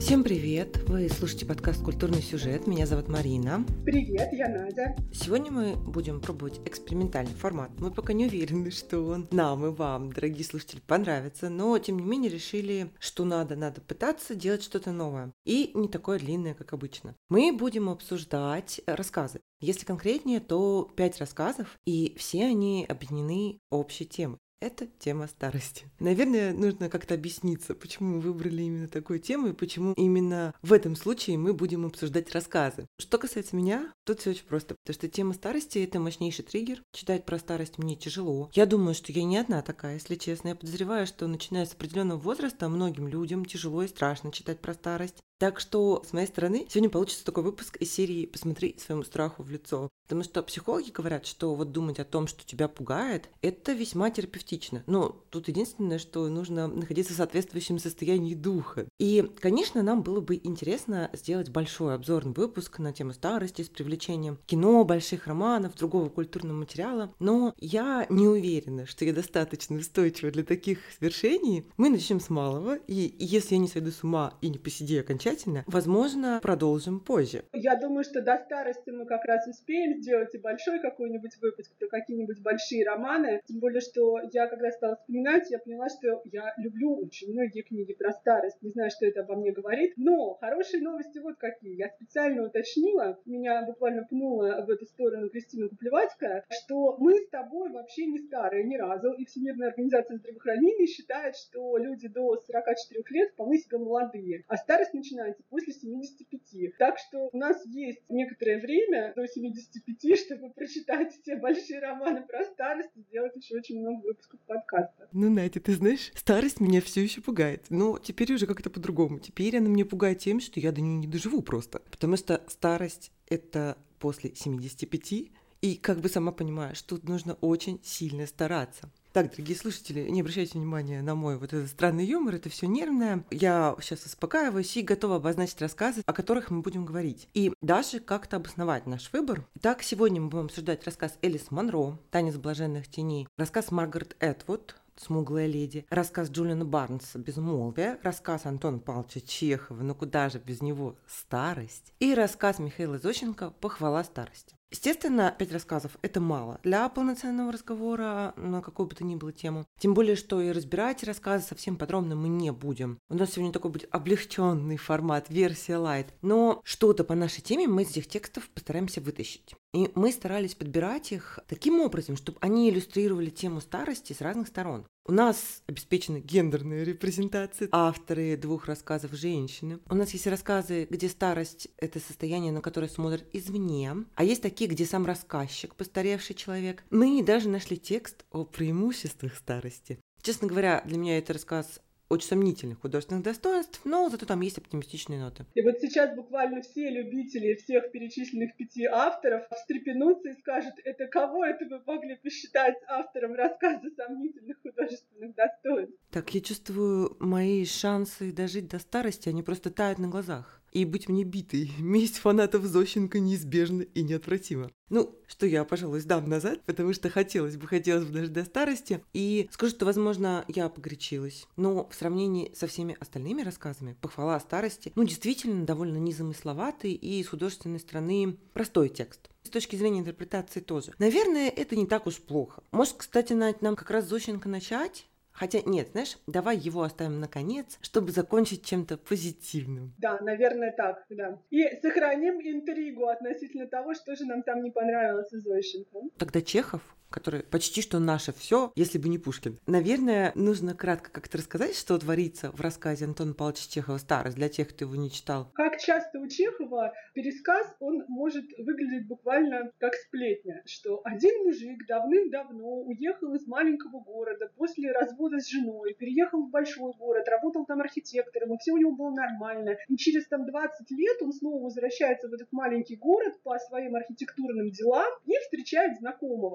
Всем привет! Вы слушаете подкаст «Культурный сюжет». Меня зовут Марина. Привет, я Надя. Сегодня мы будем пробовать экспериментальный формат. Мы пока не уверены, что он нам и вам, дорогие слушатели, понравится, но тем не менее решили, что надо пытаться делать что-то новое. И не такое длинное, как обычно. Мы будем обсуждать рассказы. Если конкретнее, то 5 рассказов, и все они объединены общей темой. Это тема старости. Наверное, нужно как-то объясниться, почему мы выбрали именно такую тему и почему именно в этом случае мы будем обсуждать рассказы. Что касается меня, тут все очень просто, потому что тема старости — это мощнейший триггер. Читать про старость мне тяжело. Я думаю, что я не одна такая, если честно. Я подозреваю, что начиная с определенного возраста многим людям тяжело и страшно читать про старость. Так что, с моей стороны, сегодня получится такой выпуск из серии «Посмотри своему страху в лицо». Потому что психологи говорят, что вот думать о том, что тебя пугает, это весьма терапевтично. Но тут единственное, что нужно находиться в соответствующем состоянии духа. И, конечно, нам было бы интересно сделать большой обзорный выпуск на тему старости с привлечением кино, больших романов, другого культурного материала. Но я не уверена, что я достаточно устойчива для таких свершений. Мы начнем с малого, и если я не сойду с ума и не посидею окончательно, возможно, продолжим позже. Я думаю, что до старости мы как раз успеем сделать и большой какой-нибудь выпуск про какие-нибудь большие романы. Тем более, что я, когда стала вспоминать, я поняла, что я люблю очень многие книги про старость. Не знаю, что это обо мне говорит. Но хорошие новости вот какие. Я специально уточнила, меня буквально пнула в эту сторону Кристина Куплевацкая, что мы с тобой вообще не старые ни разу. И Всемирная организация здравоохранения считает, что люди до 44 лет вполне себе молодые. А старость начинается после 75. Так что у нас есть некоторое время до 75, чтобы прочитать все большие романы про старость и сделать еще очень много выпусков подкаста. Ну, Надя, ты знаешь, старость меня все еще пугает. Но теперь уже как-то по-другому. Теперь она меня пугает тем, что я до нее не доживу просто. Потому что старость — это после 75, и как бы сама понимаешь, тут нужно очень сильно стараться. Так, дорогие слушатели, не обращайте внимания на мой вот этот странный юмор, это все нервное. Я сейчас успокаиваюсь и готова обозначить рассказы, о которых мы будем говорить. И даже как-то обосновать наш выбор. Итак, сегодня мы будем обсуждать рассказ Элис Монро «Танец блаженных теней», рассказ Маргарет Этвуд «Смуглая леди», рассказ Джулиана Барнса «Безмолвие», рассказ Антона Павловича Чехова «Ну куда же без него старость» и рассказ Михаила Зощенко «Похвала старости». Естественно, 5 рассказов — это мало для полноценного разговора на какую бы то ни было тему. Тем более, что и разбирать рассказы совсем подробно мы не будем. У нас сегодня такой будет облегченный формат, версия лайт. Но что-то по нашей теме мы из этих текстов постараемся вытащить. И мы старались подбирать их таким образом, чтобы они иллюстрировали тему старости с разных сторон. У нас обеспечена гендерная репрезентация, авторы 2 рассказов — женщины. У нас есть рассказы, где старость — это состояние, на которое смотрят извне, а есть такие, где сам рассказчик — постаревший человек. Мы даже нашли текст о преимуществах старости. Честно говоря, для меня это рассказ очень сомнительных художественных достоинств, но зато там есть оптимистичные ноты. И вот сейчас буквально все любители всех перечисленных 5 авторов встрепенутся и скажут, это кого это вы могли посчитать автором рассказа сомнительных художественных достоинств? Так, я чувствую, мои шансы дожить до старости, они просто тают на глазах. И быть мне битой. Месть фанатов Зощенко неизбежна и неотвратима. Ну, что я, пожалуй, сдам назад, потому что хотелось бы дожить до старости. И скажу, что, возможно, я погорячилась. Но в сравнении со всеми остальными рассказами «Похвала старости», действительно довольно незамысловатый и с художественной стороны простой текст. С точки зрения интерпретации тоже. Наверное, это не так уж плохо. Может, кстати, нам как раз Зощенко начать? Хотя нет, знаешь, давай его оставим на конец, чтобы закончить чем-то позитивным. Да, наверное, так, да. И сохраним интригу относительно того, что же нам там не понравилось из Зощенко. Тогда Чехов, который почти что наше все, если бы не Пушкин. Наверное, нужно кратко как-то рассказать, что творится в рассказе Антона Павловича Чехова «Старость» для тех, кто его не читал. Как часто у Чехова пересказ, он может выглядеть буквально как сплетня, что один мужик давным-давно уехал из маленького города после развода с женой, переехал в большой город, работал там архитектором, и все у него было нормально. И через 20 лет он снова возвращается в этот маленький город по своим архитектурным делам и встречает знакомого, с которым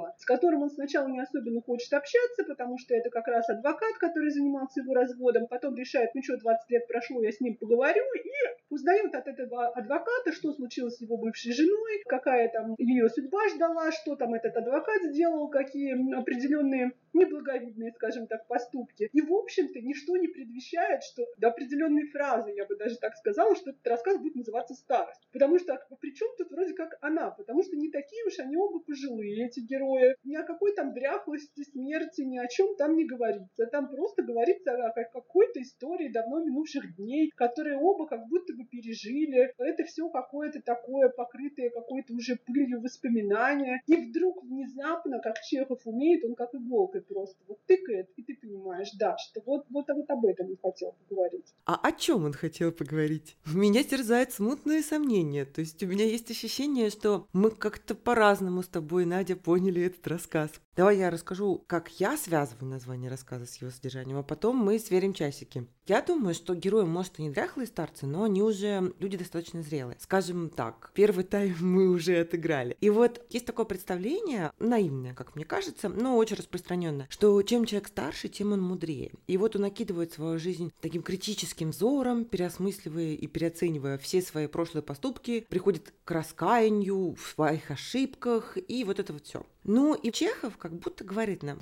которым он сначала не особенно хочет общаться, потому что это как раз адвокат, который занимался его разводом, потом решает, 20 лет прошло, я с ним поговорю, и узнает от этого адвоката, что случилось с его бывшей женой, какая там ее судьба ждала, что там этот адвокат сделал, какие определенные неблаговидные, скажем так, поступки. И, в общем-то, ничто не предвещает, что до определенной фразы, я бы даже так сказала, что этот рассказ будет называться «Старость». Потому что при чем тут вроде как она? Потому что не такие уж они оба пожилые, эти герои. Ни о какой там дряхлости, смерти, ни о чем там не говорится. Там просто говорится о какой-то истории давно минувших дней, которые оба как будто бы пережили. Это все какое-то такое, покрытое какой-то уже пылью воспоминания. И вдруг внезапно, как Чехов умеет, он как иголкой просто вот тыкает, и ты понимаешь, да, что вот об этом он хотел поговорить. А о чем он хотел поговорить? Меня терзают смутные сомнения. То есть у меня есть ощущение, что мы как-то по-разному с тобой, Надя, поняли этот рассказ. Давай я расскажу, как я связываю название рассказа с его содержанием, а потом мы сверим часики. Я думаю, что герои, может, и не дряхлые старцы, но они уже люди достаточно зрелые. Скажем так, первый тайм мы уже отыграли. И вот есть такое представление, наивное, как мне кажется, но очень распространенное, что чем человек старше, тем он мудрее. И вот он накидывает свою жизнь таким критическим взором, переосмысливая и переоценивая все свои прошлые поступки, приходит к раскаянию в своих ошибках и вот это вот все. Ну и Чехов как будто говорит нам: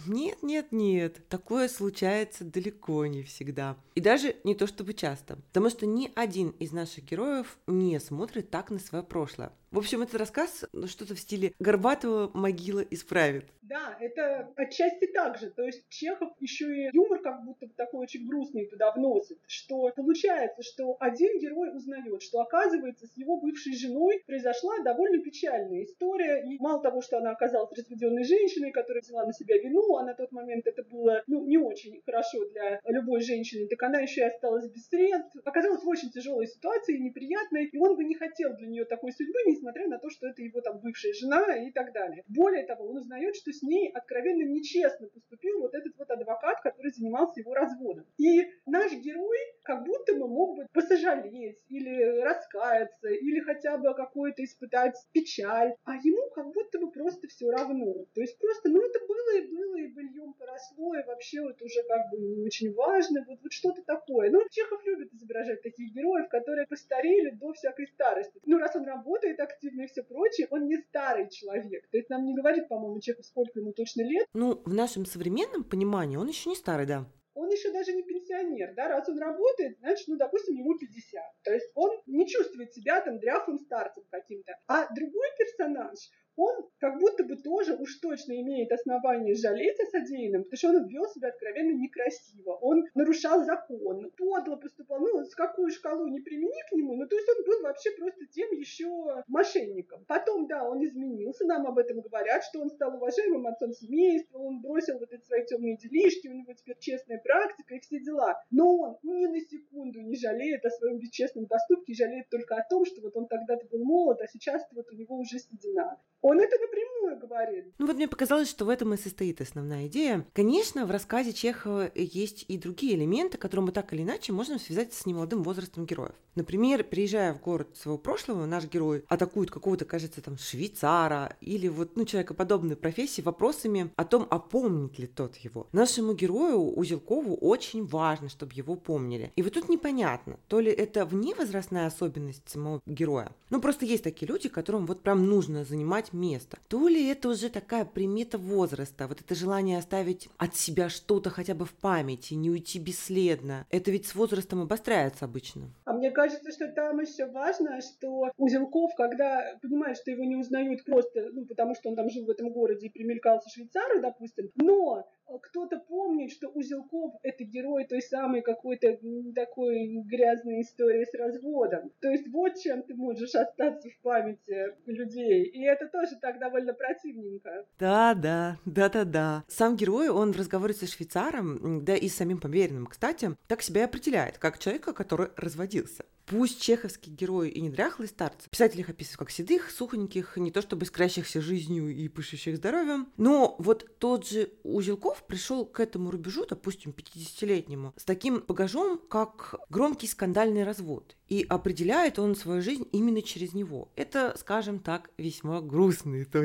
нет, такое случается далеко не всегда. И даже не то чтобы часто, потому что ни один из наших героев не смотрит так на свое прошлое. В общем, этот рассказ что-то в стиле Горбатова «Могила исправит». Да, это отчасти так же. То есть Чехов еще и юмор как будто такой очень грустный туда вносит, что получается, что один герой узнает, что, оказывается, с его бывшей женой произошла довольно печальная история. И мало того, что она оказалась разведенной женщиной, которая взяла на себя вину, а на тот момент это было не очень хорошо для любой женщины, так она еще и осталась без средств. Оказалась в очень тяжелой ситуации, неприятной, и он бы не хотел для нее такой судьбы, несмотря на то, что это его там бывшая жена и так далее. Более того, он узнает, что с ней откровенно нечестно поступил вот этот вот адвокат, который занимался его разводом. И наш герой как будто бы мог бы посожалеть или раскаяться, или хотя бы какой-то испытать печаль, а ему как будто бы просто все равно. То есть просто, это было и быльем поросло, и вообще вот уже как бы не очень важно, вот что-то такое. Чехов любит изображать таких героев, которые постарели до всякой старости. Раз он работает активно и все прочее, он не старый человек. То есть нам не говорит, по-моему, Чехов, сколько ему точно лет. В нашем современном понимании он еще не старый, да. Он еще даже не пенсионер, да, раз он работает, значит, допустим, ему 50. То есть он не чувствует себя там дряхлым старцем каким-то. А другой персонаж, он как будто бы тоже уж точно имеет основание жалеть о содеянном, потому что он вел себя откровенно некрасиво, он нарушал закон, подло поступал, с какую шкалу не примени к нему, то есть он был вообще просто тем еще мошенником. Потом, да, он изменился, нам об этом говорят, что он стал уважаемым отцом семейства, он бросил вот эти свои темные делишки, у него теперь честная практика и все дела. Но он ни на секунду не жалеет о своем бесчестном поступке, жалеет только о том, что вот он тогда-то был молод, а сейчас вот у него уже седина. Он это напрямую говорит. Мне показалось, что в этом и состоит основная идея. Конечно, в рассказе Чехова есть и другие элементы, которые мы так или иначе можем связать с немолодым возрастом героев. Например, приезжая в город своего прошлого, наш герой атакует какого-то, кажется, там, швейцара или человекоподобной профессии вопросами о том, а помнит ли тот его. Нашему герою, Узелкову, очень важно, чтобы его помнили. И вот тут непонятно, то ли это вневозрастная особенность самого героя. Просто есть такие люди, которым вот прям нужно занимать место. То ли это уже такая примета возраста, вот это желание оставить от себя что-то хотя бы в памяти, не уйти бесследно. Это ведь с возрастом обостряется обычно. А мне кажется, что там еще важно, что Узелков, когда понимает, что его не узнают просто, потому что он там жил в этом городе и примелькался швейцару, допустим, но кто-то помнит, что Узелков — это герой той самой какой-то такой грязной истории с разводом. То есть вот чем ты можешь остаться в памяти людей. И это тоже так довольно противненько. Да. Сам герой, он в разговоре со швейцаром, да и с самим поверенным, кстати, так себя и определяет, как человека, который разводился. Пусть чеховские герои и не дряхлые старцы, писатель их описывает как седых, сухоньких, не то чтобы искрящихся жизнью и пышущих здоровьем, но вот тот же Узелков пришел к этому рубежу, допустим, 50-летнему, с таким багажом, как громкий скандальный развод. И определяет он свою жизнь именно через него. Это, скажем так, весьма грустные итоги.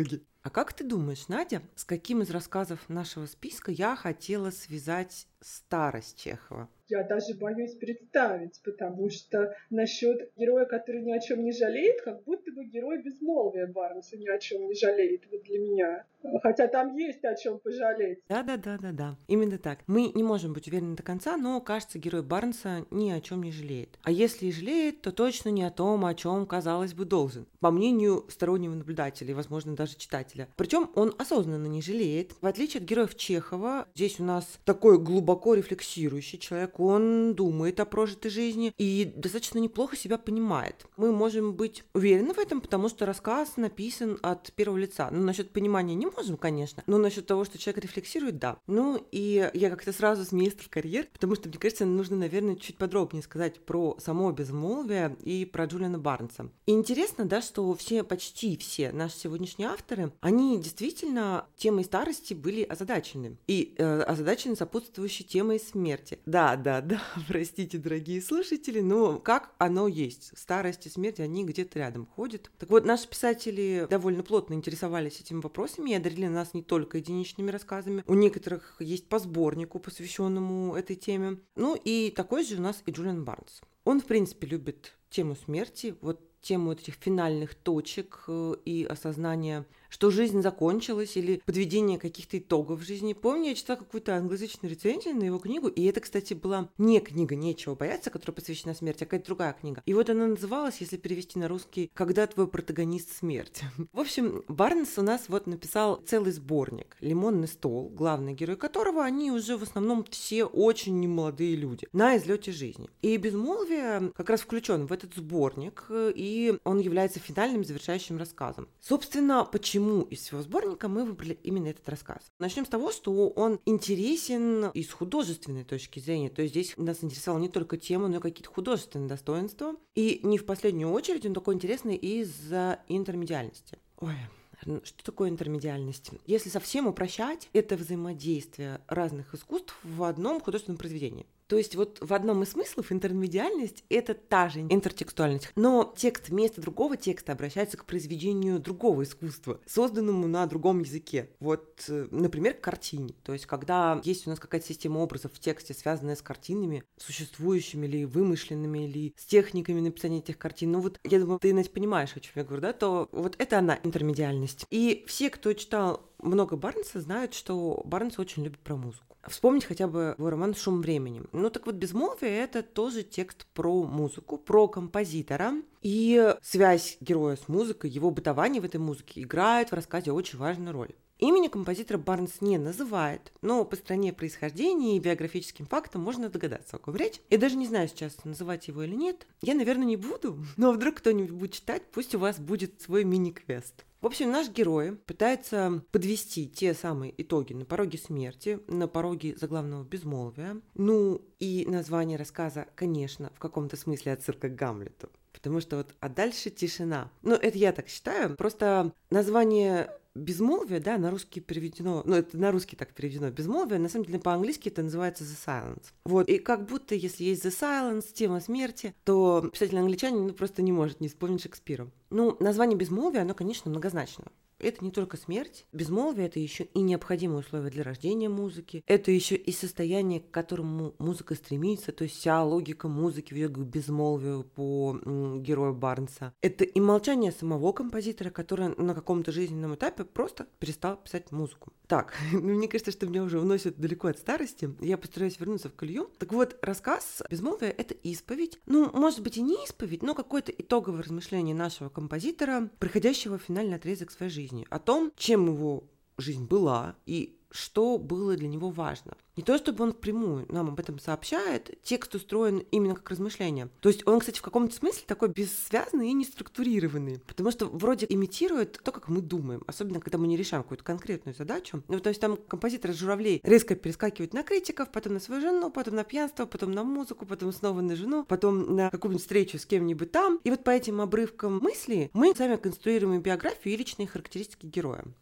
А как ты думаешь, Надя, с каким из рассказов нашего списка я хотела связать старость Чехова? Я даже боюсь представить, потому что насчет героя, который ни о чем не жалеет, как будто бы герой безмолвия Барнса ни о чем не жалеет, вот для меня. Хотя там есть о чем пожалеть. Да. Именно так. Мы не можем быть уверены до конца, но, кажется, герой Барнса ни о чем не жалеет. А если и жалеет, то точно не о том, о чем, казалось бы, должен. По мнению стороннего наблюдателя и, возможно, даже читателя. Причем он осознанно не жалеет. В отличие от героев Чехова, здесь у нас такой глубоко рефлексирующий человек. Он думает о прожитой жизни и достаточно неплохо себя понимает. Мы можем быть уверены в этом, потому что рассказ написан от первого лица. Ну, насчет понимания не можем, конечно, но насчет того, что человек рефлексирует, да. Ну, и я как-то сразу с места в карьер, потому что, мне кажется, нужно, наверное, чуть подробнее сказать про само безмолвие и про Джулиана Барнса. И интересно, да, что почти все наши сегодняшние авторы, они действительно темой старости были озадачены. И озадачены сопутствующей темой смерти. Да, простите, дорогие слушатели, но как оно есть. Старость и смерть, они где-то рядом ходят. Так вот, наши писатели довольно плотно интересовались этими вопросами и одарили нас не только единичными рассказами. У некоторых есть по сборнику, посвященному этой теме. Ну и такой же у нас и Джулиан Барнс. Он, в принципе, любит тему смерти, вот тему этих финальных точек и осознания, что жизнь закончилась, или подведение каких-то итогов в жизни. Помню, я читала какую-то англоязычную рецензию на его книгу, и это, кстати, была не книга «Нечего бояться», которая посвящена смерти, а какая-то другая книга. И вот она называлась, если перевести на русский, «Когда твой протагонист смерть». В общем, Барнс у нас вот написал целый сборник «Лимонный стол», главный герой которого они уже в основном все очень немолодые люди на излете жизни. И «Безмолвие» как раз включен в этот сборник, и он является финальным завершающим рассказом. Собственно, почему из всего сборника мы выбрали именно этот рассказ? Начнем с того, что он интересен и с художественной точки зрения. То есть здесь нас интересовала не только тема, но и какие-то художественные достоинства. И не в последнюю очередь он такой интересный из-за интермедиальности. Ой, что такое интермедиальность? Если совсем упрощать, это взаимодействие разных искусств в одном художественном произведении. То есть вот в одном из смыслов интермедиальность — это та же интертекстуальность. Но текст вместо другого текста обращается к произведению другого искусства, созданному на другом языке. Вот, например, к картине. То есть когда есть у нас какая-то система образов в тексте, связанная с картинами, существующими или вымышленными, или с техниками написания этих картин. Ну вот, я думаю, ты, Настя, понимаешь, о чем я говорю, да? То вот это она, интермедиальность. И все, кто читал много Барнса, знают, что Барнс очень любит про музыку. Вспомнить хотя бы его роман «Шум времени». Ну так вот, «Безмолвие» — это тоже текст про музыку, про композитора. И связь героя с музыкой, его бытование в этой музыке играет в рассказе очень важную роль. Имени композитора Барнс не называет, но по стране происхождения и биографическим фактам можно догадаться, о ком речь. Я даже не знаю сейчас, называть его или нет. Я, наверное, не буду, но вдруг кто-нибудь будет читать, пусть у вас будет свой мини-квест. В общем, наш герой пытается подвести те самые итоги на пороге смерти, на пороге заглавного безмолвия. Ну, и название рассказа, конечно, в каком-то смысле отсылка к Гамлету. Потому что вот, а дальше тишина. Ну, это я так считаю. Просто название безмолвие, да, на русский переведено, ну, это на русский так переведено, безмолвие, на самом деле по-английски это называется The Silence. Вот, и как будто, если есть The Silence, тема смерти, то писатель-англичанин просто не может не вспомнить Шекспира. Ну, название безмолвия, оно, конечно, многозначно. Это не только смерть. Безмолвие — это еще и необходимые условия для рождения музыки. Это еще и состояние, к которому музыка стремится. То есть вся логика музыки ведет к безмолвию по герою Барнса. Это и молчание самого композитора, который на каком-то жизненном этапе просто перестал писать музыку. Так, мне кажется, что меня уже уносят далеко от старости. Я постараюсь вернуться в колею. Так вот, рассказ «Безмолвие» — это исповедь. Ну, может быть, и не исповедь, но какое-то итоговое размышление нашего композитора, проходящего финальный отрезок своей жизни, о том, чем его жизнь была и что было для него важно. Не то, чтобы он впрямую нам об этом сообщает, текст устроен именно как размышление. То есть он, кстати, в каком-то смысле такой бессвязный и неструктурированный, потому что вроде имитирует то, как мы думаем, особенно когда мы не решаем какую-то конкретную задачу. Ну, то есть там композитор журавлей резко перескакивает на критиков, потом на свою жену, потом на пьянство, потом на музыку, потом снова на жену, потом на какую-нибудь встречу с кем-нибудь там. И вот по этим обрывкам мысли мы сами конструируем и биографию, и личные характеристики героя.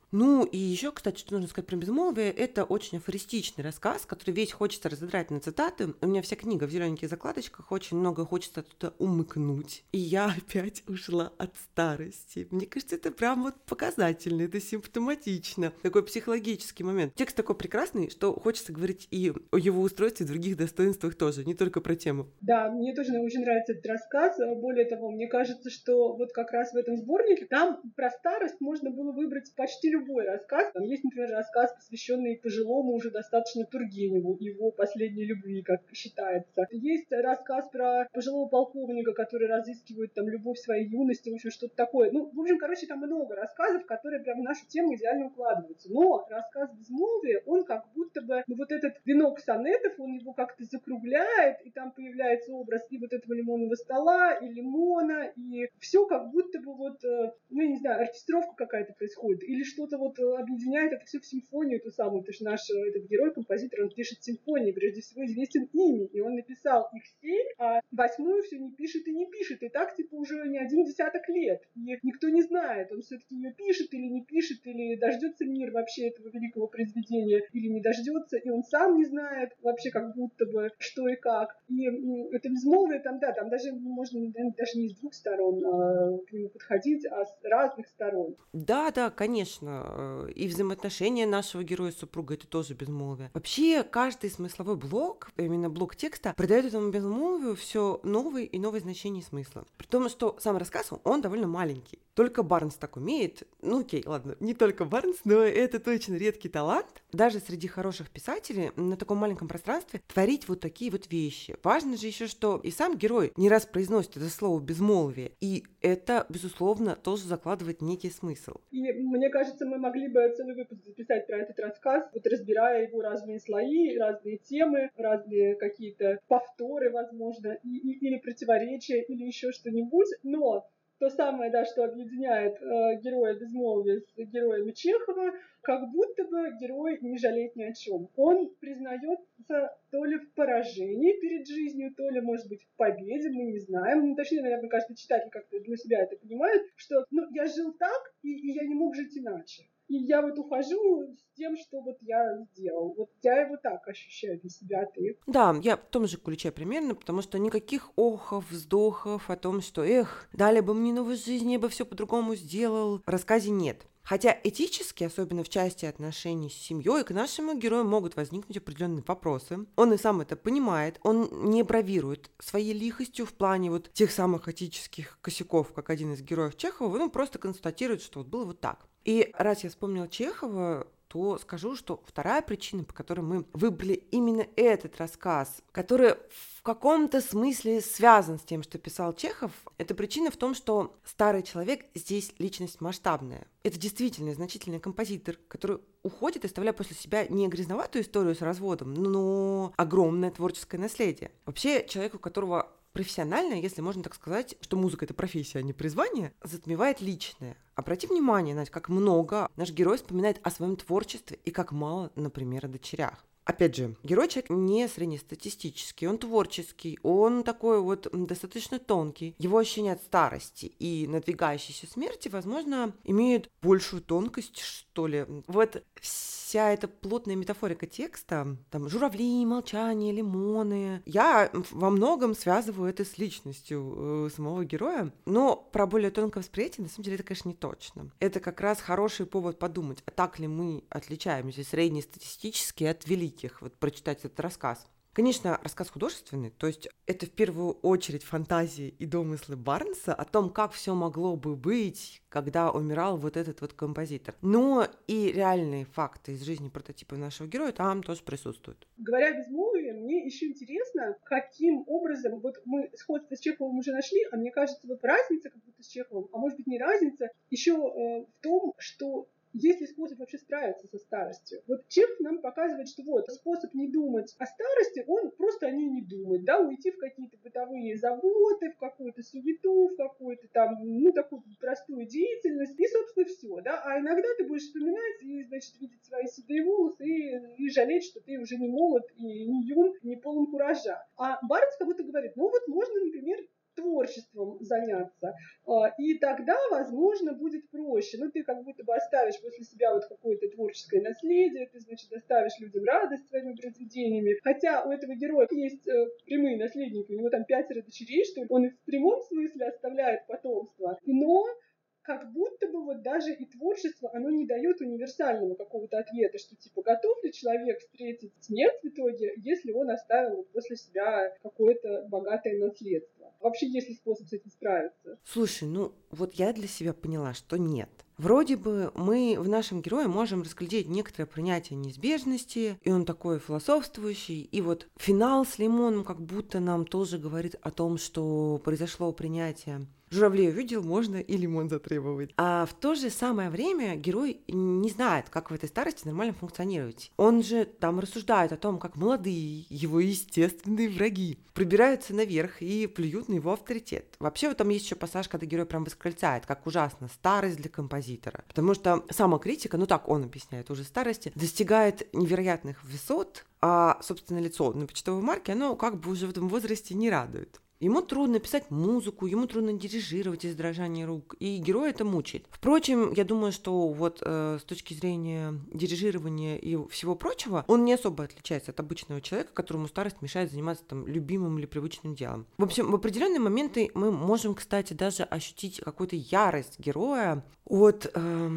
Ну, и еще, кстати, что нужно сказать про безмолвие, это очень афористичный рассказ, который весь хочется разодрать на цитаты. У меня вся книга в зелененьких закладочках, очень много хочется оттуда умыкнуть. И я опять ушла от старости. Мне кажется, это прям вот показательно, это симптоматично. Такой психологический момент. Текст такой прекрасный, что хочется говорить и о его устройстве, и других достоинствах тоже, не только про тему. Да, мне тоже очень нравится этот рассказ. Более того, мне кажется, что вот как раз в этом сборнике там про старость можно было выбрать почти любой рассказ. Там есть, например, рассказ, посвященный пожилому уже достаточно Тургеневу, его последней любви, как считается. Есть рассказ про пожилого полковника, который разыскивает там любовь своей юности, в общем, что-то такое. Ну, в общем, короче, там много рассказов, которые прям в нашу тему идеально укладываются. Но рассказ «Безмолвие», он как будто бы, ну, вот этот венок сонетов, он его как-то закругляет, и там появляется образ и вот этого лимонного стола, и лимона, и все как будто бы вот, ну, я не знаю, оркестровка какая-то происходит, или что-то вот объединяет это все в симфонию ту самую, потому что наш этот герой, композитор, он пишет симфонии, прежде всего известен ими, и он написал их 7, а 8 все не пишет и не пишет, и так типа уже не один десяток лет, и никто не знает, он все-таки ее пишет или не пишет, или дождется мир вообще этого великого произведения, или не дождется, и он сам не знает вообще как будто бы что и как. И это безмолвие там, да, там даже можно даже не с двух сторон к нему подходить, а с разных сторон. Да, да, конечно. И взаимоотношения нашего героя с супругой — это тоже безмолвие. Вообще, каждый смысловой блок, именно блок текста, придает этому безмолвию все новые и новые значения и смысла. При том, что сам рассказ, он довольно маленький. Только Барнс так умеет. Ну окей, ладно, не только Барнс, но это точно редкий талант. Даже среди хороших писателей на таком маленьком пространстве творить вот такие вот вещи. Важно же еще, что и сам герой не раз произносит это слово безмолвие. И это, безусловно, тоже закладывает некий смысл. И мне кажется, мы могли бы целый выпуск записать про этот рассказ, вот разбирая его разные слои, разные темы, разные какие-то повторы, возможно, или противоречия, или еще что-нибудь. Но то самое, да, что объединяет героя безмолвия с героями Чехова, как будто бы герой не жалеет ни о чем. Он признается то ли в поражении перед жизнью, то ли, может быть, в победе, мы не знаем. Ну, точнее, наверное, каждый читатель как-то для себя это понимает, что ну, я жил так, и я не мог жить иначе. И я вот ухожу с тем, что вот я сделал. Вот я его так ощущаю для себя, ты. Да, я в том же ключе примерно, потому что никаких охов, вздохов о том, что «эх, дали бы мне новую жизнь, я бы все по-другому сделал», в рассказе нет. Хотя этически, особенно в части отношений с семьей, к нашему герою могут возникнуть определенные вопросы. Он и сам это понимает, он не бравирует своей лихостью в плане вот тех самых этических косяков, как один из героев Чехова, он просто констатирует, что вот было вот так. И раз я вспомнила Чехова, то скажу, что вторая причина, по которой мы выбрали именно этот рассказ, который в каком-то смысле связан с тем, что писал Чехов, эта причина в том, что старый человек здесь личность масштабная. Это действительно значительный композитор, который уходит, оставляя после себя не грязноватую историю с разводом, но огромное творческое наследие. Вообще, человек, у которого профессионально, если можно так сказать, что музыка — это профессия, а не призвание, затмевает личное. Обрати внимание, Надь, как много наш герой вспоминает о своем творчестве и как мало, например, о дочерях. Опять же, герой человек не среднестатистический, он творческий, он такой вот достаточно тонкий. Его ощущение от старости и надвигающейся смерти, возможно, имеют большую тонкость, что ли. Вот вся эта плотная метафорика текста, там журавли, молчание, лимоны, я во многом связываю это с личностью самого героя, но про более тонкое восприятие, на самом деле, это, конечно, не точно. Это как раз хороший повод подумать, а так ли мы отличаемся среднестатистически от великих, вот прочитать этот рассказ. Конечно, рассказ художественный, то есть это в первую очередь фантазии и домыслы Барнса о том, как все могло бы быть, когда умирал вот этот вот композитор. Но и реальные факты из жизни прототипа нашего героя там тоже присутствуют. Говоря о безмолвии, мне еще интересно, каким образом, вот мы сходство с Чеховым уже нашли, а мне кажется, вот разница как будто с Чеховым, а может быть не разница, еще в том, что есть ли способ вообще справиться со старостью? Вот Чехов нам показывает, что вот способ не думать о старости, он просто о ней не думать, да, уйти в какие-то бытовые заботы, в какую-то суету, в какую-то там, ну, такую простую деятельность, и, собственно, все, да. А иногда ты будешь вспоминать и, значит, видеть свои седые волосы и жалеть, что ты уже не молод и не юн, не полон куража. А Барнс как будто говорит, ну вот можно, например, творчеством заняться. И тогда, возможно, будет проще. Ну, ты как будто бы оставишь после себя вот какое-то творческое наследие, ты, значит, оставишь людям радость своими произведениями. Хотя у этого героя есть прямые наследники, у него там 5 дочерей, что ли. Он и в прямом смысле оставляет потомство. Но как будто бы вот даже и творчество, оно не дает универсального какого-то ответа, что типа готов ли человек встретить смерть в итоге, если он оставил после себя какое-то богатое наследство. Вообще есть ли способ с этим справиться? Слушай, ну вот я для себя поняла, что нет. Вроде бы мы в нашем герое можем разглядеть некоторое принятие неизбежности, и он такой философствующий, и вот финал с Лимоном как будто нам тоже говорит о том, что произошло принятие. Журавлей увидел, можно и лимон затребовать. А в то же самое время герой не знает, как в этой старости нормально функционировать. Он же там рассуждает о том, как молодые, его естественные враги, пробираются наверх и плюют на его авторитет. Вообще, вот там есть еще пассаж, когда герой прям восклицает, как ужасно старость для композитора. Потому что самокритика, ну так он объясняет, уже старости, достигает невероятных высот, а, собственно, лицо на почтовой марке, оно как бы уже в этом возрасте не радует. Ему трудно писать музыку, ему трудно дирижировать из дрожания рук, и героя это мучает. Впрочем, я думаю, что вот с точки зрения дирижирования и всего прочего, он не особо отличается от обычного человека, которому старость мешает заниматься там любимым или привычным делом. В общем, в определенные моменты мы можем, кстати, даже ощутить какую-то ярость героя от,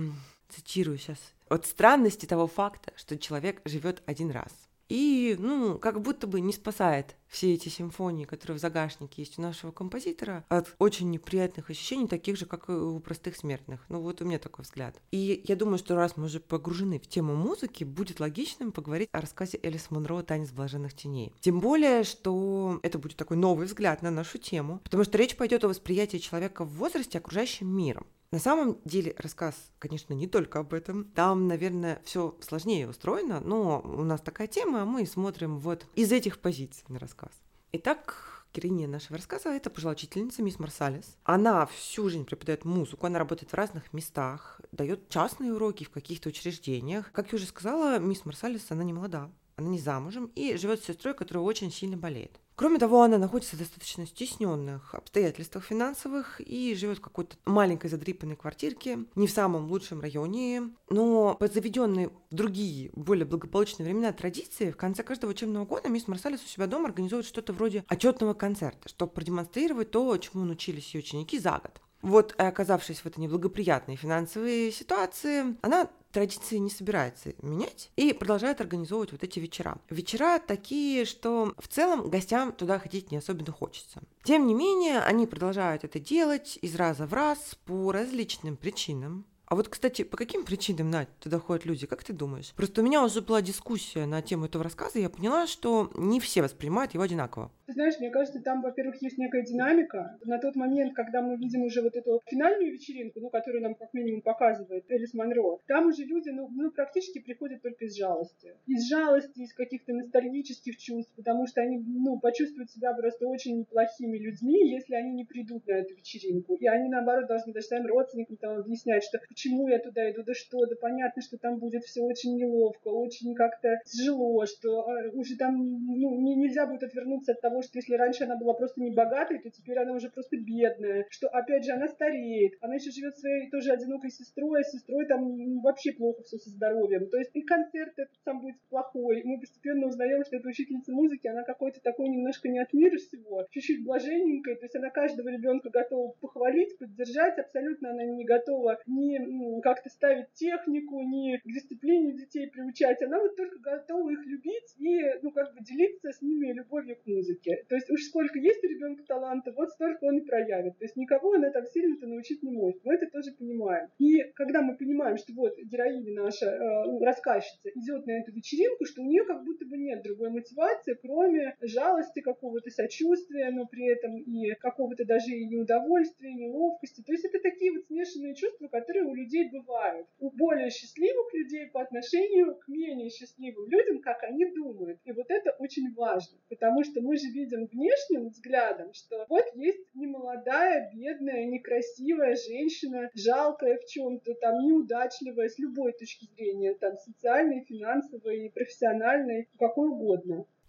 цитирую сейчас, от странности того факта, что человек живет один раз. И, ну, как будто бы не спасает все эти симфонии, которые в загашнике есть у нашего композитора, от очень неприятных ощущений, таких же, как и у простых смертных. Ну, вот у меня такой взгляд. И я думаю, что раз мы уже погружены в тему музыки, будет логичным поговорить о рассказе Элис Монро «Танец блаженных теней». Тем более, что это будет такой новый взгляд на нашу тему, потому что речь пойдет о восприятии человека в возрасте окружающим миром. На самом деле рассказ, конечно, не только об этом. Там, наверное, все сложнее устроено, но у нас такая тема, а мы смотрим вот из этих позиций на рассказ. Итак, героиня нашего рассказа — это пожилая учительница мисс Марсалис. Она всю жизнь преподает музыку, она работает в разных местах, дает частные уроки в каких-то учреждениях. Как я уже сказала, мисс Марсалис, она не молода, она не замужем и живет с сестрой, которая очень сильно болеет. Кроме того, она находится в достаточно стесненных обстоятельствах финансовых и живет в какой-то маленькой задрипанной квартирке, не в самом лучшем районе, но по заведенной в другие, более благополучные времена традиции, в конце каждого учебного года мисс Марсалис у себя дома организует что-то вроде отчетного концерта, чтобы продемонстрировать то, чему научились ее ученики за год. Вот, оказавшись в этой неблагоприятной финансовой ситуации, она традиции не собирается менять и продолжает организовывать вот эти вечера. Вечера такие, что в целом гостям туда ходить не особенно хочется. Тем не менее, они продолжают это делать из раза в раз по различным причинам. А вот, кстати, по каким причинам, Надь, туда ходят люди, как ты думаешь? Просто у меня уже была дискуссия на тему этого рассказа, и я поняла, что не все воспринимают его одинаково. Ты знаешь, мне кажется, там, во-первых, есть некая динамика. На тот момент, когда мы видим уже вот эту финальную вечеринку, ну, которую нам как минимум показывает Элис Монро, там уже люди, ну, практически приходят только из жалости. Из жалости, из каких-то ностальгических чувств, потому что они, ну, почувствуют себя просто очень неплохими людьми, если они не придут на эту вечеринку. И они, наоборот, должны даже своим родственникам там объяснять, что почему я туда иду, да что, да понятно, что там будет все очень неловко, очень как-то тяжело, что уже там, ну, нельзя будет отвернуться от того, что если раньше она была просто не богатой, то теперь она уже просто бедная, что, опять же, она стареет, она еще живет своей тоже одинокой сестрой, а с сестрой там вообще плохо все со здоровьем, то есть и концерт этот сам будет плохой, мы постепенно узнаем, что эта учительница музыки, она какой-то такой немножко не от мира всего, чуть-чуть блаженненькая, то есть она каждого ребенка готова похвалить, поддержать, абсолютно она не готова ни как-то ставить технику, ни к дисциплине детей приучать, она вот только готова их любить и, ну, как бы делиться с ними любовью к музыке. То есть уж сколько есть у ребенка таланта, вот столько он и проявит. То есть никого она там сильно-то научить не может. Мы это тоже понимаем. И когда мы понимаем, что вот героиня наша, рассказчица, идет на эту вечеринку, что у нее как будто бы нет другой мотивации, кроме жалости, какого-то сочувствия, но при этом и какого-то даже и неудовольствия, и неловкости. То есть это такие вот смешанные чувства, которые у людей бывают. У более счастливых людей по отношению к менее счастливым людям, как они думают. И вот это очень важно, потому что мы же видим внешним взглядом, что вот есть немолодая, бедная, некрасивая женщина, жалкая в чем-то, там, неудачливая с любой точки зрения, там, социальной, финансовой, профессиональной, какой угодно.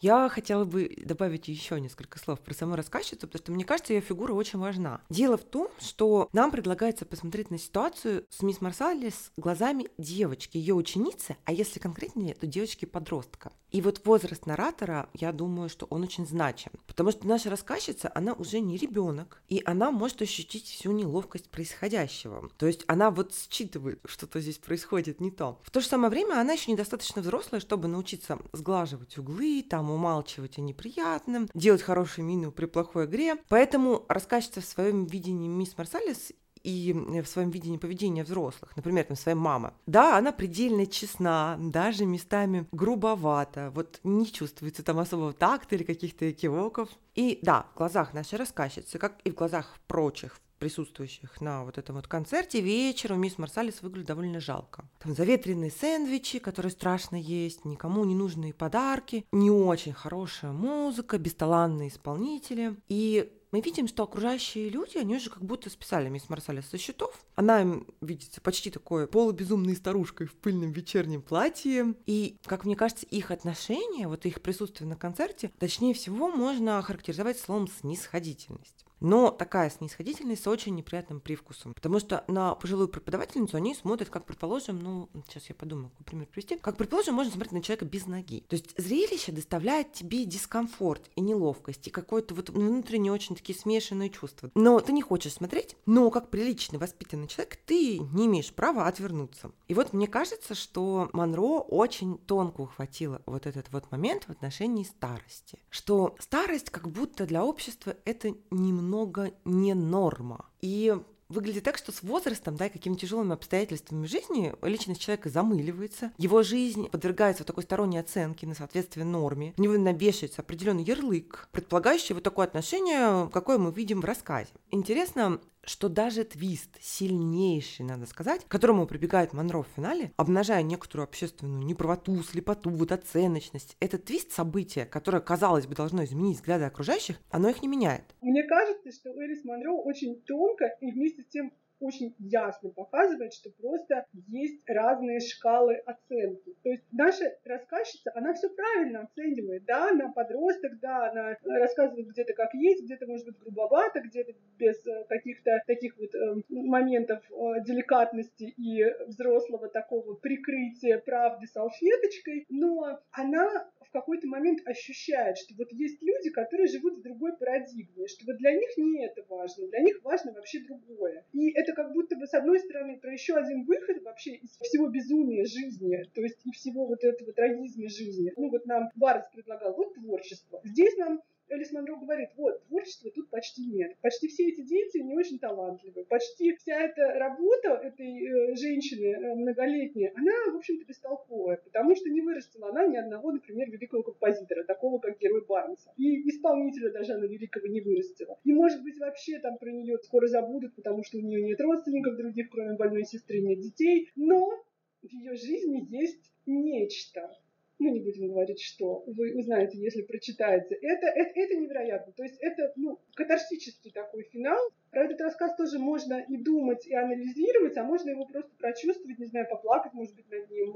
Я хотела бы добавить еще несколько слов про саму рассказчицу, потому что мне кажется, ее фигура очень важна. Дело в том, что нам предлагается посмотреть на ситуацию с мисс Марсалис глазами девочки, ее ученицы, а если конкретнее, то девочки-подростка. И вот возраст наратора, я думаю, что он очень значим, потому что наша рассказчица, она уже не ребенок, и она может ощутить всю неловкость происходящего. То есть она вот считывает, что-то здесь происходит не то. В то же самое время она еще недостаточно взрослая, чтобы научиться сглаживать углы, там умалчивать о неприятном, делать хорошую мину при плохой игре. Поэтому рассказчица в своем видении мисс Марсалис и в своем видении поведения взрослых, например, там, своя мама. Да, она предельно честна, даже местами грубовата, вот не чувствуется там особого такта или каких-то экивоков. И да, в глазах нашей рассказчицы, как и в глазах прочих присутствующих на вот этом вот концерте, вечером мисс Марсалис выглядит довольно жалко. Там заветренные сэндвичи, которые страшно есть, никому не нужные подарки, не очень хорошая музыка, бесталанные исполнители. И мы видим, что окружающие люди, они уже как будто списали мисс Марсалис со счетов. Она им видится почти такой полубезумной старушкой в пыльном вечернем платье. И, как мне кажется, их отношения, вот их присутствие на концерте, точнее всего можно охарактеризовать словом «снисходительность». Но такая снисходительность с очень неприятным привкусом, потому что на пожилую преподавательницу они смотрят, как, предположим, сейчас я подумаю, какой пример привести, как, предположим, можно смотреть на человека без ноги. То есть зрелище доставляет тебе дискомфорт и неловкость, и какое-то вот внутренне очень такие смешанные чувства. Но ты не хочешь смотреть, но как приличный, воспитанный человек ты не имеешь права отвернуться. И вот мне кажется, что Монро очень тонко ухватила вот этот вот момент в отношении старости, что старость как будто для общества это немного не норма. И выглядит так, что с возрастом, да, и какими-то тяжелыми обстоятельствами жизни личность человека замыливается, его жизнь подвергается вот такой сторонней оценке на соответствие норме, у него навешивается определенный ярлык, предполагающий вот такое отношение, какое мы видим в рассказе. Интересно, что даже твист, сильнейший, надо сказать, к которому прибегает Монро в финале, обнажая некоторую общественную неправоту, слепоту, вот оценочность, этот твист события, которое, казалось бы, должно изменить взгляды окружающих, оно их не меняет. Мне кажется, что Элис Монро очень тонко и вместе с тем очень ясно показывает, что просто есть разные шкалы оценки. То есть наша рассказчица, она все правильно оценивает. Да, она подросток, да, она рассказывает где-то как есть, где-то, может быть, грубовато, где-то без каких-то таких вот моментов деликатности и взрослого такого прикрытия правды салфеточкой. Но она в какой-то момент ощущает, что вот есть люди, которые живут в другой парадигме, что вот для них не это важно, для них важно вообще другое. И это как будто бы, с одной стороны, про еще один выход вообще из всего безумия жизни, то есть и всего вот этого трагизма жизни. Ну вот нам Баррес предлагал, вот творчество. Здесь нам Элис Монро говорит, вот, творчества тут почти нет. Почти все эти дети не очень талантливы. Почти вся эта работа этой женщины многолетней, она, в общем-то, бестолковая, потому что не вырастила она ни одного, например, великого композитора, такого, как герой Барнса. И исполнителя даже она великого не вырастила. И, может быть, вообще там про нее скоро забудут, потому что у нее нет родственников других, кроме больной сестры, нет детей. Но в ее жизни есть нечто. Ну, не будем говорить, что вы узнаете, если прочитаете. Это невероятно. То есть это катарсический такой финал. Про этот рассказ тоже можно и думать, и анализировать, а можно его просто прочувствовать, не знаю, поплакать, может быть, над ним,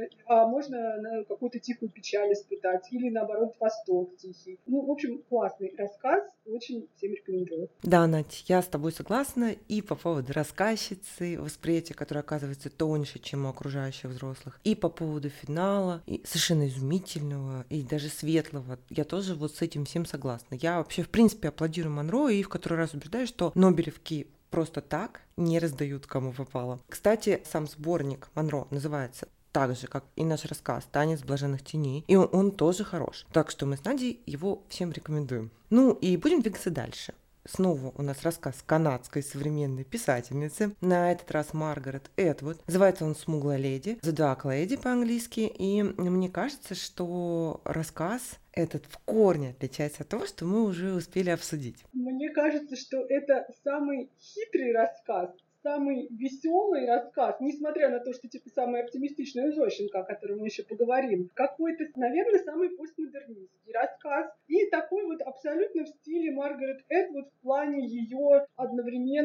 а можно какую-то тихую печаль испытать, или, наоборот, восторг тихий. В общем, классный рассказ, очень всем рекомендую. Да, Надь, я с тобой согласна и по поводу рассказчицы, восприятия, которое оказывается тоньше, чем у окружающих взрослых, и по поводу финала, и совершенно изумительного, и даже светлого. Я тоже вот с этим всем согласна. Я вообще, в принципе, аплодирую Монро и в который раз убеждаюсь, что Нобелевки просто так не раздают, кому попало. Кстати, сам сборник Монро называется так же, как и наш рассказ «Танец блаженных теней», и он тоже хорош. Так что мы с Надей его всем рекомендуем. Ну и будем двигаться дальше. Снова у нас рассказ канадской современной писательницы, на этот раз Маргарет Этвуд. Называется он «Смуглая леди», «The Dark Lady» по-английски, и мне кажется, что рассказ этот в корне отличается от того, что мы уже успели обсудить. Мне кажется, что это самый хитрый рассказ, самый веселый рассказ, несмотря на то, что типа самый оптимистичный у Зощенко, о котором мы еще поговорим. Какой-то, наверное, самый постмодернистский рассказ. И такой вот абсолютно в стиле Маргарет Этвуд в плане ее одновременно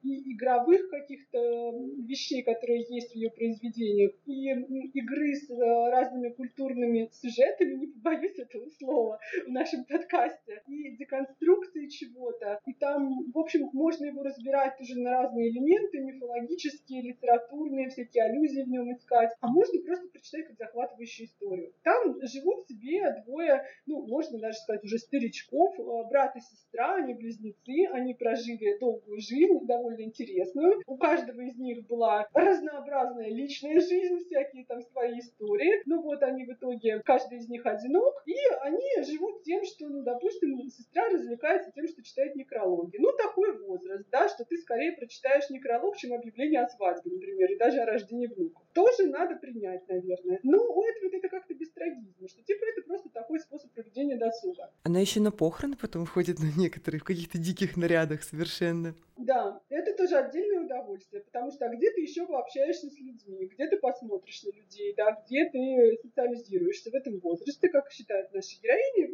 и игровых каких-то вещей, которые есть в ее произведениях, и игры с разными культурными сюжетами, не побоюсь этого слова, в нашем подкасте, и деконструкции чего-то. И там, в общем, можно его разбирать уже на разные элементы, мифологические, литературные, всякие аллюзии в нем искать. А можно просто прочитать как захватывающую историю. Там живут себе двое, можно даже сказать, уже старичков, брат и сестра, они близнецы, они прожили долгую жизнь, довольно интересную. У каждого из них была разнообразная личная жизнь, всякие там свои истории. Они в итоге, каждый из них одинок, и они живут тем, что, допустим, сестра развлекается тем, что читает некрологи. Такой возраст, да, что ты скорее прочитаешь некролог, чем объявление о свадьбе, например, и даже о рождении внуков. Тоже надо принять, наверное. У этого это как-то без трагизма, что это просто такой способ проведения досуга. Она еще на похороны потом ходит на некоторые, в каких-то диких нарядах совершенно. Да, это тоже отдельное удовольствие, потому что где ты еще пообщаешься с людьми, где ты посмотришь на людей, да, где ты социализируешься в этом возрасте, как считают наши героини.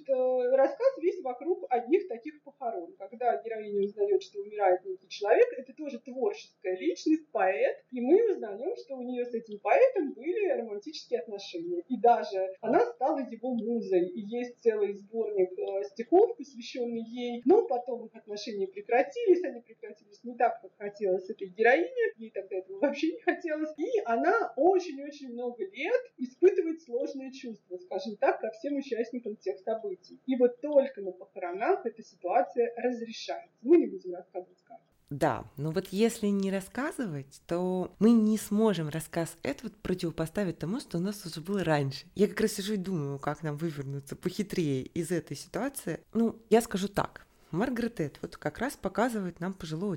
Рассказ весь вокруг одних таких похорон. Когда героиня узнает, что умирает некий человек, это тоже творческая личность, поэт, и мы узнаем, что у нее с этим поэтом были романтические отношения. И даже она стала его музой, и есть целый сборник стихов, посвященный ей, но потом их отношения прекратились, они прекратились не так, как хотелось этой героине, ей тогда этого вообще не хотелось, и она очень-очень много лет испытывает сложные чувства, скажем так, ко всем участникам тех событий. И только на похоронах эта ситуация разрешается. Мы не будем рассказывать как. Да, но если не рассказывать, то мы не сможем рассказ этот противопоставить тому, что у нас уже было раньше. Я как раз сижу и думаю, как нам вывернуться похитрее из этой ситуации. Я скажу так. Маргарет Этвуд как раз показывает нам пожилого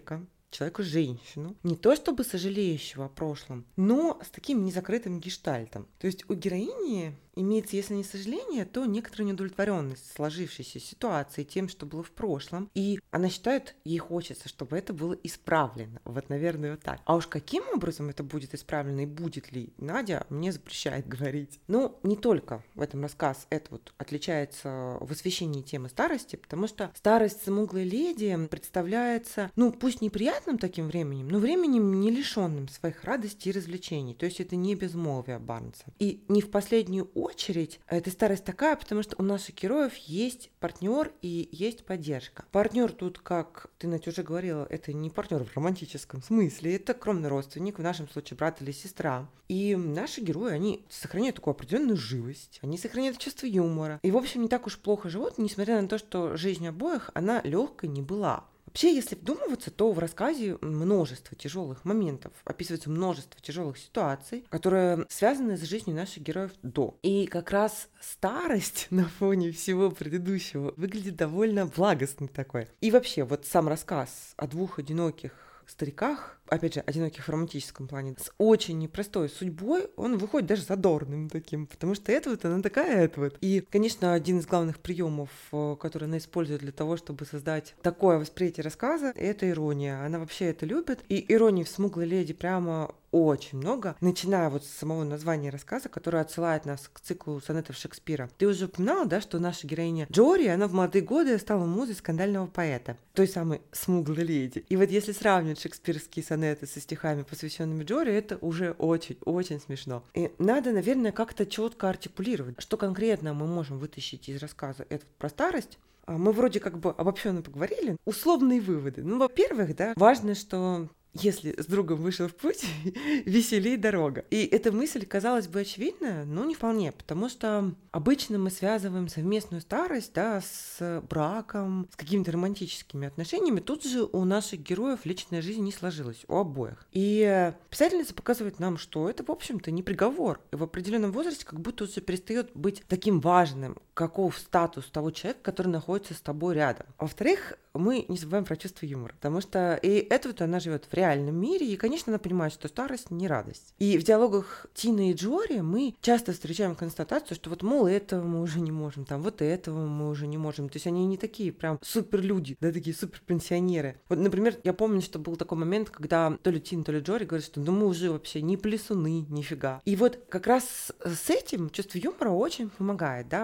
человека-женщину, не то чтобы сожалеющего о прошлом, но с таким незакрытым гештальтом. То есть у героини имеется, если не сожаление, то некоторая неудовлетворенность сложившейся ситуацией, тем, что было в прошлом. И она считает, ей хочется, чтобы это было исправлено. Наверное, так. А уж каким образом это будет исправлено и будет ли, Надя мне запрещает говорить. Не только в этом рассказ это отличается в освещении темы старости, потому что старость смуглой леди представляется, пусть неприятным таким временем, но временем не лишенным своих радостей и развлечений. То есть это не безмолвие Барнса. И не в последнюю очередь эта старость такая, потому что у наших героев есть партнер и есть поддержка. Партнер тут, как ты, Надя, уже говорила, это не партнер в романтическом смысле, это кровный родственник, в нашем случае брат или сестра. И наши герои, они сохраняют такую определенную живость, они сохраняют чувство юмора. И, в общем, не так уж плохо живут, несмотря на то, что жизнь обоих, она легкой не была. Вообще, если вдумываться, то в рассказе множество тяжелых моментов, описывается множество тяжелых ситуаций, которые связаны с жизнью наших героев до. И как раз старость на фоне всего предыдущего выглядит довольно благостной такой. И вообще, сам рассказ о двух одиноких стариках, опять же, одиноких в романтическом плане, с очень непростой судьбой, он выходит даже задорным таким, потому что она такая. И, конечно, один из главных приемов, который она использует для того, чтобы создать такое восприятие рассказа, это ирония. Она вообще это любит. И иронии в «Смуглой леди» прямо очень много, начиная с самого названия рассказа, который отсылает нас к циклу сонетов Шекспира. Ты уже упоминала, да, что наша героиня Джори, она в молодые годы стала музой скандального поэта, той самой «Смуглой леди». И если сравнивать шекспировские сонеты со стихами, посвященными Джори, это уже очень-очень смешно. И надо, наверное, как-то четко артикулировать, что конкретно мы можем вытащить из рассказа про старость. Мы вроде обобщенно поговорили. Условные выводы. Во-первых, да, важно, что если с другом вышел в путь, веселей дорога. И эта мысль, казалось бы, очевидна, но не вполне, потому что обычно мы связываем совместную старость, да, с браком, с какими-то романтическими отношениями. Тут же у наших героев личная жизнь не сложилась, у обоих. И писательница показывает нам, что это, в общем-то, не приговор. И в определенном возрасте как будто уже перестает быть таким важным, каков статус того человека, который находится с тобой рядом. Во-вторых, мы не забываем про чувство юмора, потому что и это она живет в реальном мире, и, конечно, она понимает, что старость не радость. И в диалогах Тины и Джори мы часто встречаем констатацию, что мол, этого мы уже не можем, этого мы уже не можем. То есть они не такие прям суперлюди, да, такие суперпенсионеры. Например, я помню, что был такой момент, когда то ли Тина, то ли Джори говорят, что мы уже вообще не плесуны, нифига. И как раз с этим чувство юмора очень помогает, да, как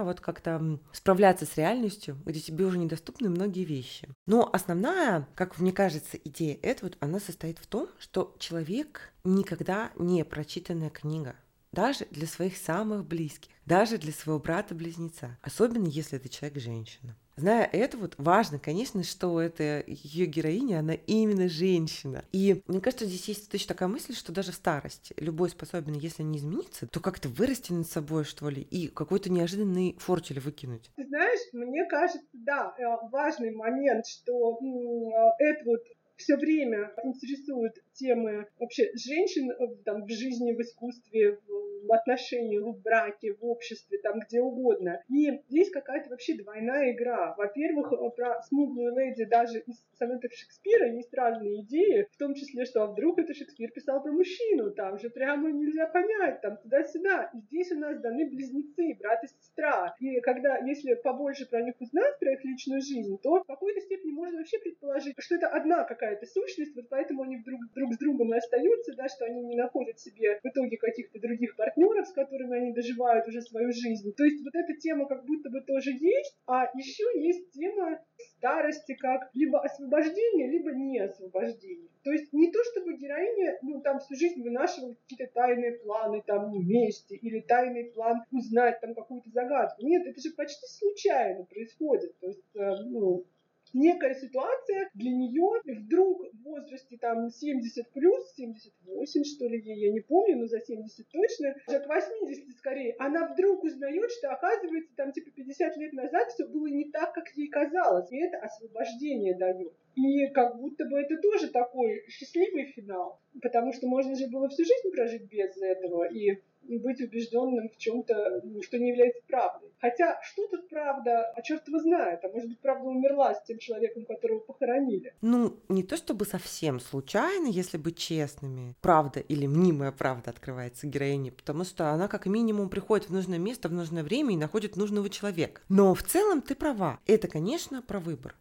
как-то справляться с реальностью, где тебе уже недоступны многие вещи. Но основная, как мне кажется, идея этого, она состоит в том, что человек никогда не прочитанная книга. Даже для своих самых близких, даже для своего брата-близнеца, особенно если это человек-женщина. Зная это, важно, конечно, что это ее героиня, она именно женщина. И мне кажется, здесь есть точно такая мысль, что даже в старости любой способен, если не измениться, то как-то вырасти над собой, что ли, и какой-то неожиданный фортель выкинуть. Ты знаешь, мне кажется, да, важный момент, что это все время интересуют темы вообще женщин там, в жизни, в искусстве, в отношениях, в браке, в обществе, там где угодно. И здесь какая-то вообще двойная игра. Во-первых, про смуглую леди даже из сонетов Шекспира есть разные идеи, в том числе, что вдруг это Шекспир писал про мужчину, там же прямо нельзя понять, там туда-сюда. И здесь у нас даны близнецы, брат и сестра. И если побольше про них узнать, про их личную жизнь, то в какой-то степени можно вообще предположить, что это одна какая-то сущность, поэтому они друг с другом и остаются, да, что они не находят себе в итоге каких-то других партнеров, с которыми они доживают уже свою жизнь. То есть эта тема как будто бы тоже есть, а еще есть тема старости как либо освобождение, либо не освобождение. То есть не то, чтобы героиня, там всю жизнь вынашивала какие-то тайные планы, там, мести, или тайный план узнать там какую-то загадку. Нет, это же почти случайно происходит. То есть, некая ситуация для нее вдруг в возрасте там 70 плюс, 78 что ли ей, я не помню, но за 70 точно, уже к 80 скорее, она вдруг узнает, что оказывается там 50 лет назад все было не так, как ей казалось, и это освобождение дает. И как будто бы это тоже такой счастливый финал, потому что можно же было всю жизнь прожить без этого и быть убежденным в чем-то, что не является правдой. Хотя, что тут правда, черт его знает, а может быть, правда умерла с тем человеком, которого похоронили. Не то чтобы совсем случайно, если быть честными, правда или мнимая правда открывается героине, потому что она как минимум приходит в нужное место в нужное время и находит нужного человека. Но в целом ты права. Это, конечно, про выбор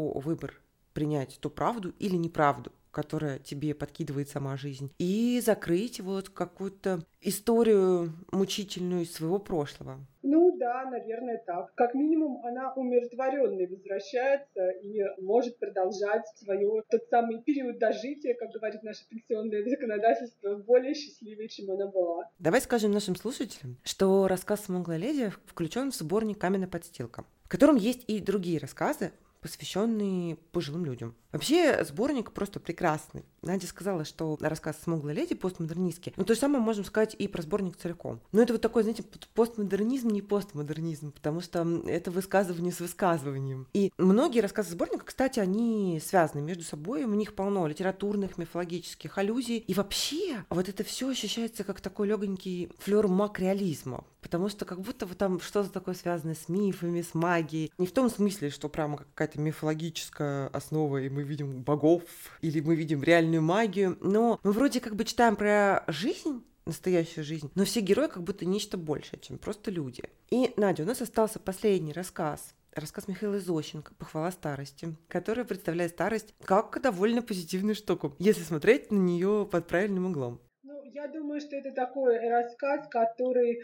принять ту правду или неправду, которая тебе подкидывает сама жизнь, и закрыть какую-то историю мучительную из своего прошлого. Да, наверное, так. Как минимум, она умиротворенной возвращается и может продолжать тот самый период дожития, как говорит наше пенсионное законодательство, более счастливой, чем она была. Давай скажем нашим слушателям, что рассказ «Смуглая леди» включен в сборник «Каменная подстилка», в котором есть и другие рассказы, посвященные пожилым людям. Вообще, сборник просто прекрасный. Надя сказала, что рассказ «Смуглая леди» постмодернистский. То же самое можем сказать и про сборник целиком. Но это такой, знаете, постмодернизм, не постмодернизм, потому что это высказывание с высказыванием. И многие рассказы сборника, кстати, они связаны между собой, в них полно литературных, мифологических аллюзий. И вообще, это все ощущается как такой легонький флёр макреализма, потому что как будто там что-то такое связанное с мифами, с магией. Не в том смысле, что прямо какая-то мифологическая основа, и мы видим богов, или мы видим реальную магию, но мы вроде как бы читаем про жизнь, настоящую жизнь, но все герои как будто нечто большее, чем просто люди. И, Надя, у нас остался последний рассказ Михаила Зощенко «Похвала старости», которая представляет старость как довольно позитивную штуку, если смотреть на нее под правильным углом. Я думаю, что это такой рассказ, который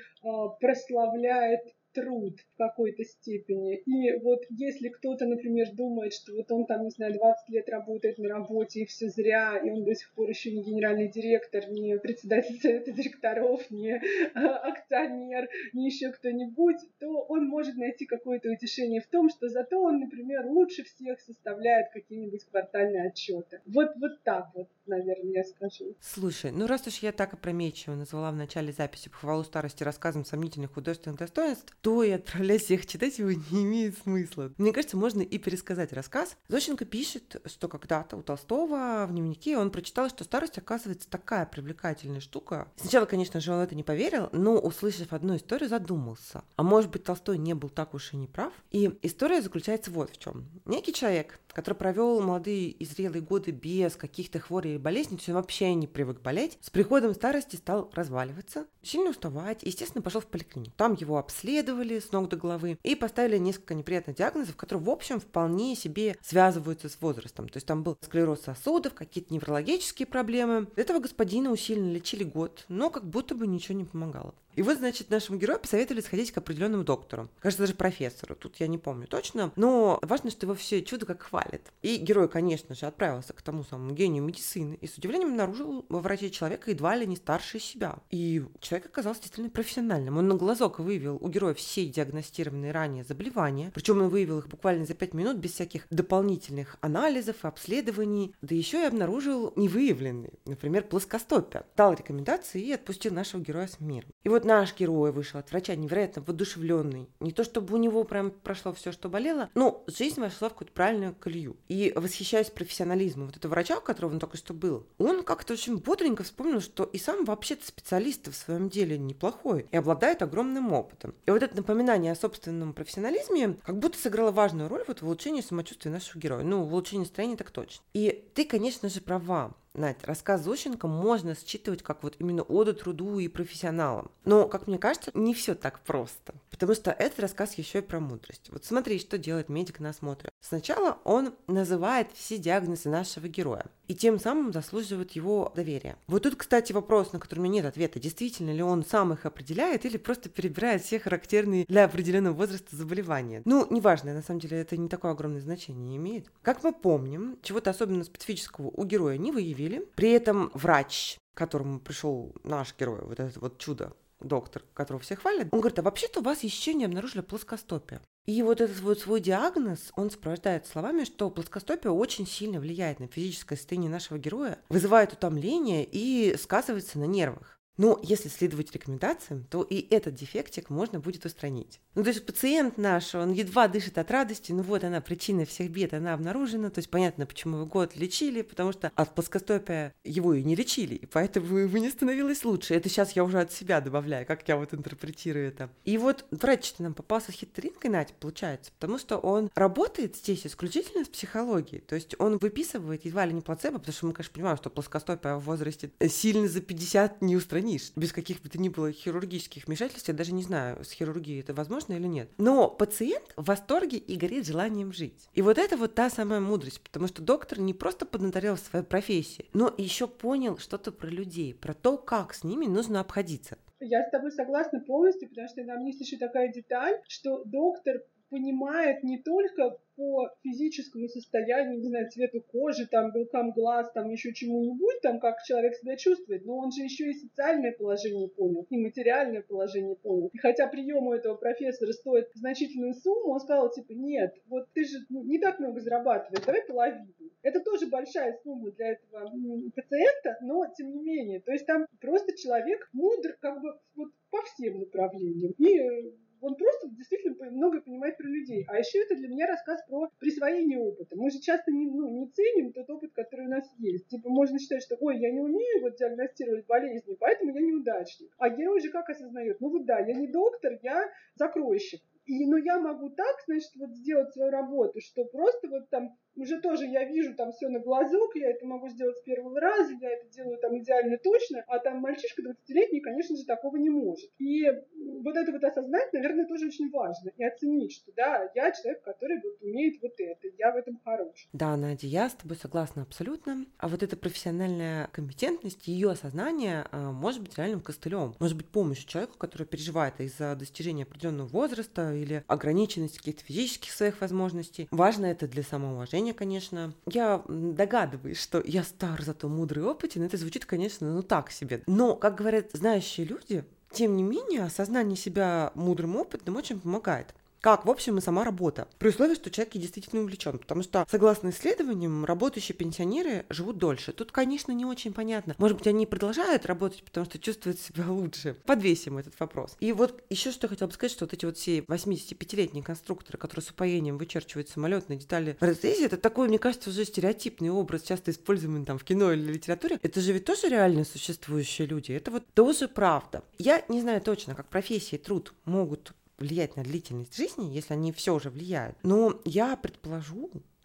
прославляет труд в какой-то степени. И если кто-то, например, думает, что он там, не знаю, 20 лет работает на работе, и все зря, и он до сих пор еще не генеральный директор, не председатель совета директоров, не акционер, не еще кто-нибудь, то он может найти какое-то утешение в том, что зато он, например, лучше всех составляет какие-нибудь квартальные отчеты. Вот так, наверное, я скажу. Слушай, раз уж я так опрометчиво назвала в начале записи «Похвалу старости» рассказом сомнительных художественных достоинств, то и отправлять всех читать его не имеет смысла. Мне кажется, можно и пересказать рассказ. Зощенко пишет, что когда-то у Толстого в дневнике он прочитал, что старость, оказывается, такая привлекательная штука. Сначала, конечно же, он это не поверил, но, услышав одну историю, задумался. А может быть, Толстой не был так уж и не прав? И история заключается вот в чем. Некий человек который провел молодые и зрелые годы без каких-то хворей или болезней, то есть он вообще не привык болеть, с приходом старости стал разваливаться, сильно уставать, и, естественно, пошел в поликлинику. Там его обследовали с ног до головы и поставили несколько неприятных диагнозов, которые, в общем, вполне себе связываются с возрастом. То есть там был склероз сосудов, какие-то неврологические проблемы. Этого господина усиленно лечили год, но как будто бы ничего не помогало. И вот, значит, нашему герою посоветовали сходить к определенному доктору. Кажется, даже профессору. Тут я не помню точно. Но важно, что его все чудо как хвалят. И герой, конечно же, отправился к тому самому гению медицины и с удивлением обнаружил во враче человека едва ли не старше себя. И человек оказался действительно профессиональным. Он на глазок выявил у героя все диагностированные ранее заболевания. Причем он выявил их буквально за 5 минут без всяких дополнительных анализов, обследований. Да еще и обнаружил невыявленные, например, плоскостопие. Дал рекомендации и отпустил нашего героя с миром. И вот наш герой вышел от врача невероятно воодушевленный. Не то чтобы у него прям прошло все, что болело, но жизнь вошла в какую-то правильную колею. И восхищаясь профессионализмом вот этого врача, у которого он только что был, он как-то очень бодренько вспомнил, что и сам вообще-то специалист в своем деле неплохой и обладает огромным опытом. И вот это напоминание о собственном профессионализме как будто сыграло важную роль вот в улучшении самочувствия нашего героя. Ну, в улучшении настроения так точно. И ты, конечно же, права. Надь, рассказ Зощенко можно считывать как вот именно оду труду и профессионалам. Но, как мне кажется, не все так просто. Потому что этот рассказ еще и про мудрость. Вот смотри, что делает медик на осмотре. Сначала он называет все диагнозы нашего героя. И тем самым заслуживает его доверия. Вот тут, кстати, вопрос, на который у меня нет ответа. Действительно ли он сам их определяет или просто перебирает все характерные для определенного возраста заболевания? Ну, неважно, на самом деле это не такое огромное значение имеет. Как мы помним, чего-то особенно специфического у героя не выявили. При этом врач, к которому пришел наш герой, вот это вот чудо, доктор, которого все хвалят, он говорит, а вообще-то у вас еще не обнаружили плоскостопие. И вот этот вот свой диагноз он сопровождает словами, что плоскостопие очень сильно влияет на физическое состояние нашего героя, вызывает утомление и сказывается на нервах. Но если следовать рекомендациям, то и этот дефектик можно будет устранить. Ну, то есть пациент наш, он едва дышит от радости, ну вот она, причина всех бед, она обнаружена, то есть понятно, почему его год лечили, потому что от плоскостопия его и не лечили, и поэтому его не становилось лучше. Это сейчас я уже от себя добавляю, как я вот интерпретирую это. И вот врач-то нам попался с хитринкой, Надь, получается, потому что он работает здесь исключительно с психологией, то есть он выписывает едва ли не плацебо, потому что мы, конечно, понимаем, что плоскостопие в возрасте сильно за 50 не устранить, без каких бы то ни было хирургических вмешательств. Я даже не знаю, с хирургией это возможно или нет. Но пациент в восторге и горит желанием жить. И вот это вот та самая мудрость, потому что доктор не просто поднаторел в своей профессии, но еще понял что-то про людей, про то, как с ними нужно обходиться. Я с тобой согласна полностью, потому что там есть еще такая деталь, что доктор понимает не только по физическому состоянию, не знаю, цвету кожи, там, белкам глаз, там, еще чему-нибудь, там, как человек себя чувствует, но он же еще и социальное положение понял, и материальное положение понял. И хотя прием у этого профессора стоит значительную сумму, он сказал, типа, нет, вот ты же не так много зарабатываешь, давай половину. Это тоже большая сумма для этого пациента, но тем не менее, то есть там просто человек мудр как бы вот по всем направлениям. И он просто действительно много понимает про людей. А еще это для меня рассказ про присвоение опыта. Мы же часто не ценим тот опыт, который у нас есть. Типа можно считать, что ой, я не умею вот диагностировать болезни, поэтому я неудачник. А герой же как осознает? Ну вот да, я не доктор, я закройщик. Но я могу так, значит, вот сделать свою работу, что просто вот там уже тоже я вижу там все на глазок, я это могу сделать с первого раза, я это делаю там идеально точно, а там мальчишка 20-летний, конечно же, такого не может. И вот это вот осознать, наверное, тоже очень важно. И оценить, что да, я человек, который вот умеет вот это, я в этом хорош. Да, Надя, я с тобой согласна абсолютно. А вот эта профессиональная компетентность, ее осознание может быть реальным костылем. Может быть помощью человеку, который переживает из-за достижения определенного возраста или ограниченности каких-то физических своих возможностей. Важно это для самоуважения, конечно. Я догадываюсь, что я стар, зато мудрый и опытен. Это звучит, конечно, ну так себе. Но, как говорят знающие люди, тем не менее, осознание себя мудрым и опытным очень помогает. Как, в общем, и сама работа. При условии, что человек действительно увлечен. Потому что, согласно исследованиям, работающие пенсионеры живут дольше. Тут, конечно, не очень понятно. Может быть, они продолжают работать, потому что чувствуют себя лучше. Подвесим этот вопрос. И вот еще что я хотела бы сказать, что вот эти вот все 85-летние конструкторы, которые с упоением вычерчивают самолетные детали в разрезе, это такой, мне кажется, уже стереотипный образ, часто используемый там в кино или литературе. Это же ведь тоже реально существующие люди. Это вот тоже правда. Я не знаю точно, как профессия и труд могут влиять на длительность жизни, если они все уже влияют. Но я предположу,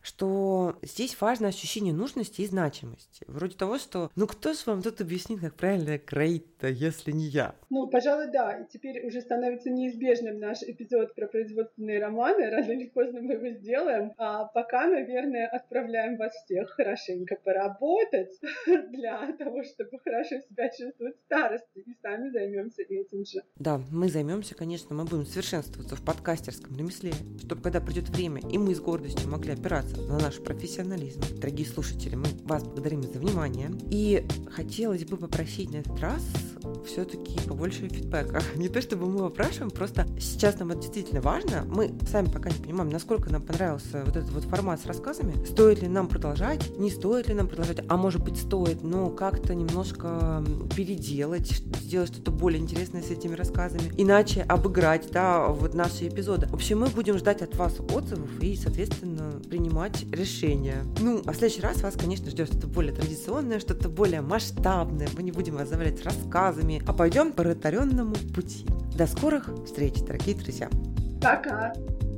что здесь важно ощущение нужности и значимости. Вроде того, что кто ж вам тут объяснит, как правильно кроить-то, если не я? Пожалуй, да. И теперь уже становится неизбежным наш эпизод про производственные романы. Рано или поздно мы его сделаем. А пока, наверное, отправляем вас всех хорошенько поработать для того, чтобы хорошо себя чувствовать в старости. И сами займемся этим же. Да, мы займемся, конечно, мы будем совершенствоваться в подкастерском ремесле, чтобы когда придет время, и мы с гордостью могли опираться на наш профессионализм. Дорогие слушатели, мы вас благодарим за внимание. И хотелось бы попросить на этот раз все-таки побольше фидбэка. Не то чтобы мы выпрашиваем, просто сейчас нам это действительно важно. Мы сами пока не понимаем, насколько нам понравился вот этот вот формат с рассказами. Стоит ли нам продолжать, не стоит ли нам продолжать, а может быть стоит, но как-то немножко переделать, сделать что-то более интересное с этими рассказами, иначе обыграть, вот наши эпизоды. В общем, мы будем ждать от вас отзывов и, соответственно, принимать решения. А в следующий раз вас, конечно, ждет что-то более традиционное, что-то более масштабное. Мы не будем вас завалять рассказами, а пойдем по протаренному пути. До скорых встреч, дорогие друзья. Пока!